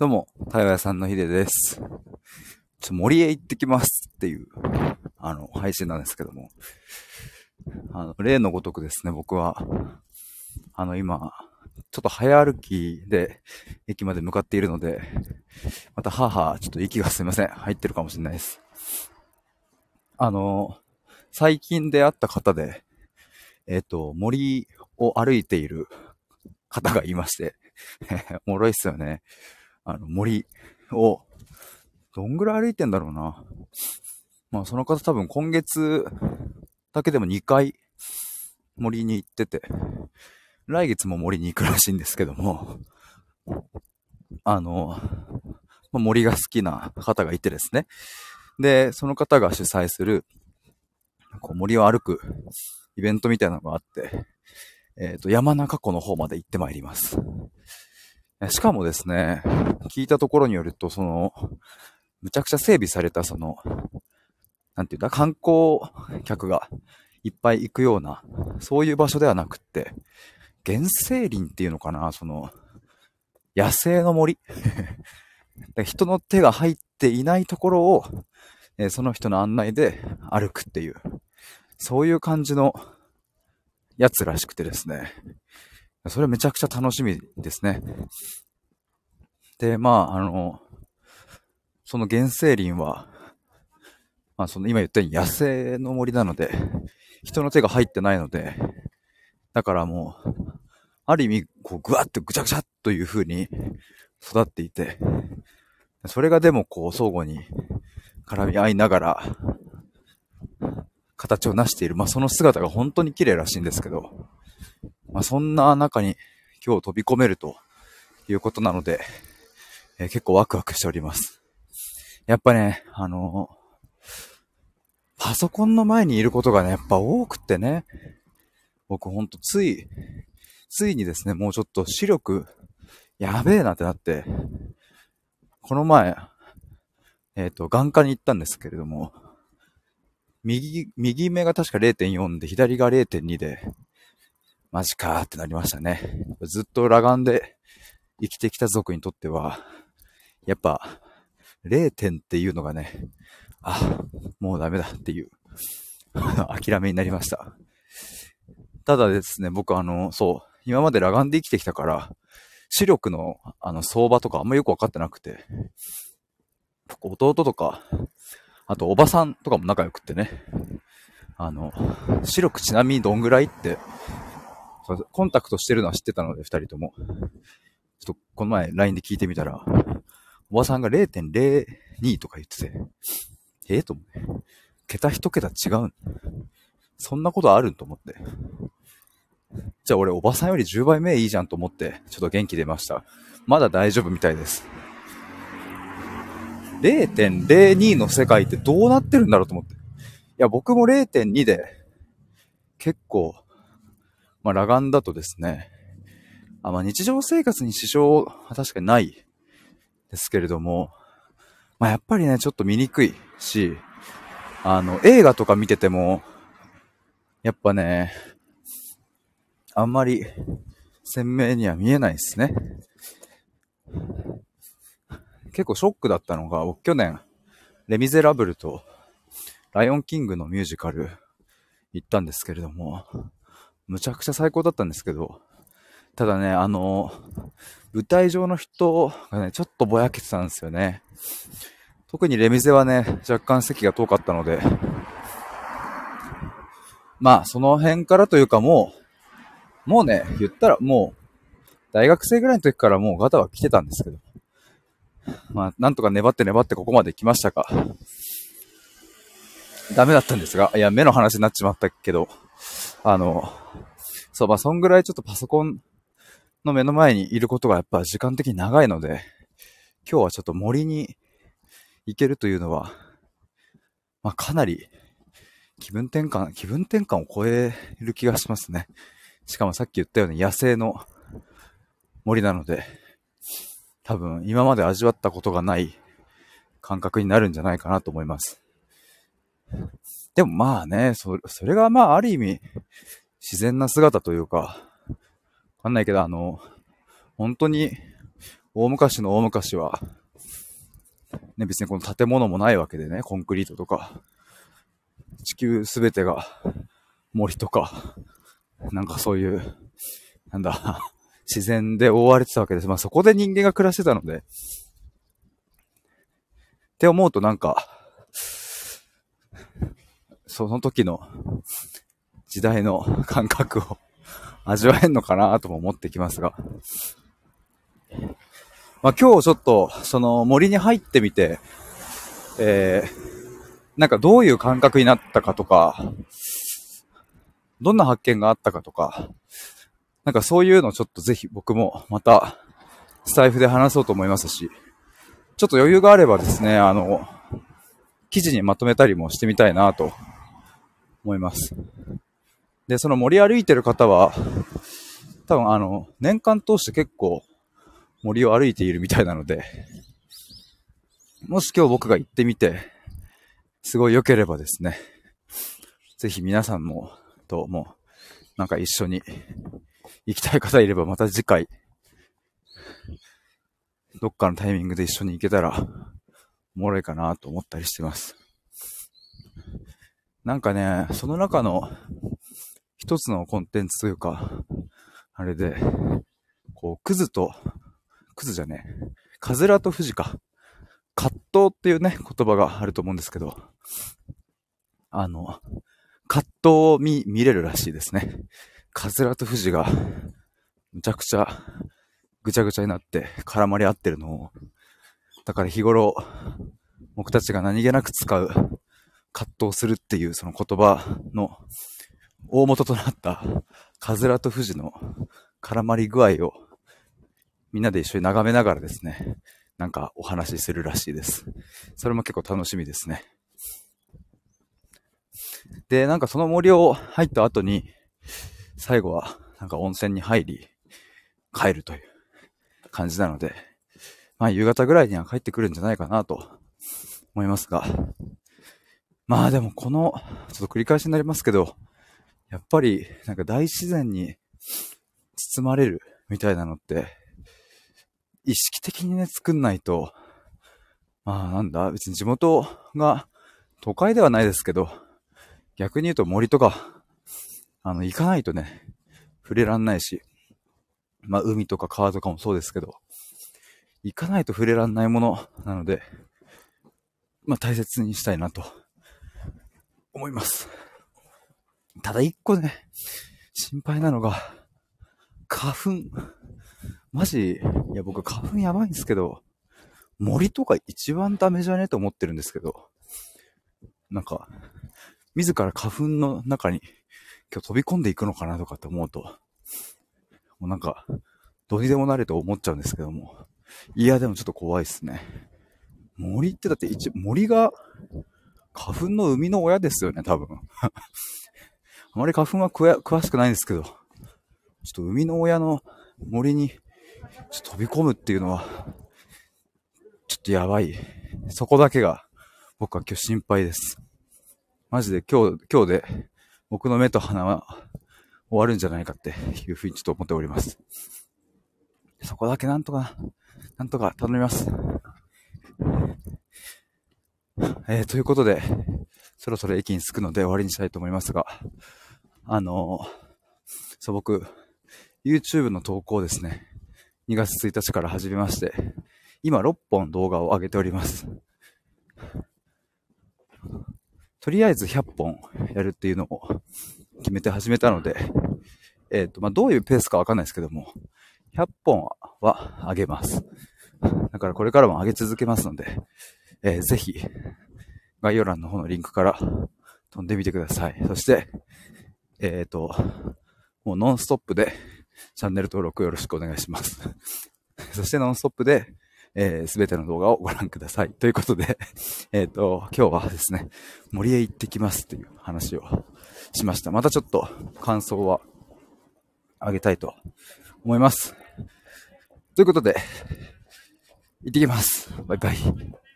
どうも、対話屋さんのヒデです。森へ行ってきますっていう、配信なんですけども、例のごとくですね、僕は、今、ちょっと早歩きで駅まで向かっているので、またちょっと息がすいません、入ってるかもしれないです。最近出会った方で、森を歩いている方がいまして、おもろいっすよね。森を、どんぐらい歩いてんだろうな。まあその方多分今月だけでも2回森に行ってて、来月も森に行くらしいんですけども、森が好きな方がいてですね。で、その方が主催する、森を歩くイベントみたいなのがあって、山中湖の方まで行ってまいります。しかもですね、聞いたところによると、むちゃくちゃ整備されたなんていうんだ、観光客がいっぱい行くような、そういう場所ではなくって、原生林っていうのかな、野生の森人の手が入っていないところを、その人の案内で歩くっていう、そういう感じのやつらしくてですね。それめちゃくちゃ楽しみですね。で、その原生林は、今言ったように野生の森なので、人の手が入ってないので、だからもう、ある意味、ぐわってぐちゃぐちゃという風に育っていて、それがでも相互に絡み合いながら、形を成している。その姿が本当に綺麗らしいんですけど、そんな中に今日飛び込めるということなので、結構ワクワクしております。やっぱね、パソコンの前にいることがね、やっぱ多くってね、僕ほんとついにですね、もうちょっと視力、やべえなってなって、この前、眼科に行ったんですけれども、右目が確か 0.4 で、左が 0.2 で、マジかーってなりましたね。ずっと裸眼で生きてきた族にとっては、やっぱ、0点っていうのがね、もうダメだっていう、諦めになりました。ただですね、僕今まで裸眼で生きてきたから、視力の相場とかあんまよくわかってなくて、弟とか、あとおばさんとかも仲良くってね、視力ちなみにどんぐらいって、コンタクトしてるのは知ってたので、二人とも。ちょっとこの前 LINE で聞いてみたら、おばさんが 0.02 とか言ってて、と思って。桁一桁違うん。そんなことあるんと思って。じゃあ俺おばさんより10倍目いいじゃんと思って、ちょっと元気出ました。まだ大丈夫みたいです。0.02 の世界ってどうなってるんだろうと思って。いや、僕も 0.2 で、結構、裸眼だとですね、日常生活に支障は確かにないですけれども、やっぱりね、ちょっと見にくいし、映画とか見てても、やっぱね、あんまり鮮明には見えないですね。結構ショックだったのが、僕去年、レミゼラブルとライオンキングのミュージカル行ったんですけれども、むちゃくちゃ最高だったんですけど、ただね、舞台上の人がね、ちょっとぼやけてたんですよね。特にレミゼはね、若干席が遠かったので、その辺からというかもうね、言ったらもう、大学生ぐらいの時からもうガタは来てたんですけど、なんとか粘ってここまで来ましたか。ダメだったんですが、いや、目の話になっちまったけど、そんぐらいちょっとパソコンの目の前にいることがやっぱ時間的に長いので、今日はちょっと森に行けるというのは、かなり気分転換を超える気がしますね。しかもさっき言ったように野生の森なので、多分今まで味わったことがない感覚になるんじゃないかなと思います。でもそれがある意味自然な姿というか、わかんないけど本当に大昔の大昔は、ね、別にこの建物もないわけでね、コンクリートとか、地球すべてが森とか、なんかそういう、なんだ、自然で覆われてたわけです。まあそこで人間が暮らしてたので、って思うとなんか、その時の時代の感覚を味わえんのかなとも思ってきますが、まあ今日ちょっとその森に入ってみて、なんかどういう感覚になったかとか、どんな発見があったかとか、なんかそういうのをちょっとぜひ僕もまたスタイフで話そうと思いますし、ちょっと余裕があればですね、記事にまとめたりもしてみたいなと思います。で、その森歩いてる方は、多分年間通して結構森を歩いているみたいなので、もし今日僕が行ってみて、すごい良ければですね、ぜひ皆さんも、なんか一緒に行きたい方いればまた次回、どっかのタイミングで一緒に行けたら、おもろいかなと思ったりしてます。なんかね、その中の一つのコンテンツというか、あれで、こう、クズじゃねえ、カズラとフジか、葛藤っていうね、言葉があると思うんですけど、葛藤を見れるらしいですね。カズラとフジが、むちゃくちゃ、ぐちゃぐちゃになって絡まり合ってるのを、だから日頃、僕たちが何気なく使う、葛藤するっていうその言葉の大元となったカズラとフジの絡まり具合をみんなで一緒に眺めながらですね、なんかお話しするらしいです。それも結構楽しみですね。で、なんかその森を入った後に、最後はなんか温泉に入り、帰るという感じなので、まあ夕方ぐらいには帰ってくるんじゃないかなと思いますが、まあでもちょっと繰り返しになりますけど、やっぱりなんか大自然に包まれるみたいなのって、意識的にね、作んないと、まあなんだ、別に地元が都会ではないですけど、逆に言うと森とか、行かないとね、触れらんないし、まあ海とか川とかもそうですけど、行かないと触れらんないものなので、まあ大切にしたいなと思います。ただ一個ね、心配なのが、花粉。マジ、いや僕花粉やばいんですけど、森とか一番ダメじゃねと思ってるんですけど、なんか、自ら花粉の中に今日飛び込んでいくのかなとかって思うと、もうなんか、どうにでもなれと思っちゃうんですけども、いやでもちょっと怖いっすね。森ってだって森が花粉の生みの親ですよね、多分。あまり花粉は詳しくないんですけど、ちょっと生みの親の森に飛び込むっていうのは、ちょっとやばい。そこだけが僕は今日心配です。マジで今日で僕の目と鼻は終わるんじゃないかっていうふうにちょっと思っております。そこだけなんとか頼みます。ということで、そろそろ駅に着くので終わりにしたいと思いますが、僕、YouTube の投稿をですね、2月1日から始めまして、今6本動画を上げております。とりあえず100本やるっていうのを決めて始めたので、どういうペースかわかんないですけども、100本は上げます。だからこれからも上げ続けますので、ぜひ、概要欄の方のリンクから飛んでみてください。そして、もうノンストップでチャンネル登録よろしくお願いします。そしてノンストップで、すべての動画をご覧ください。ということで、今日はですね、森へ行ってきますという話をしました。またちょっと感想はあげたいと思います。ということで、行ってきます。バイバイ。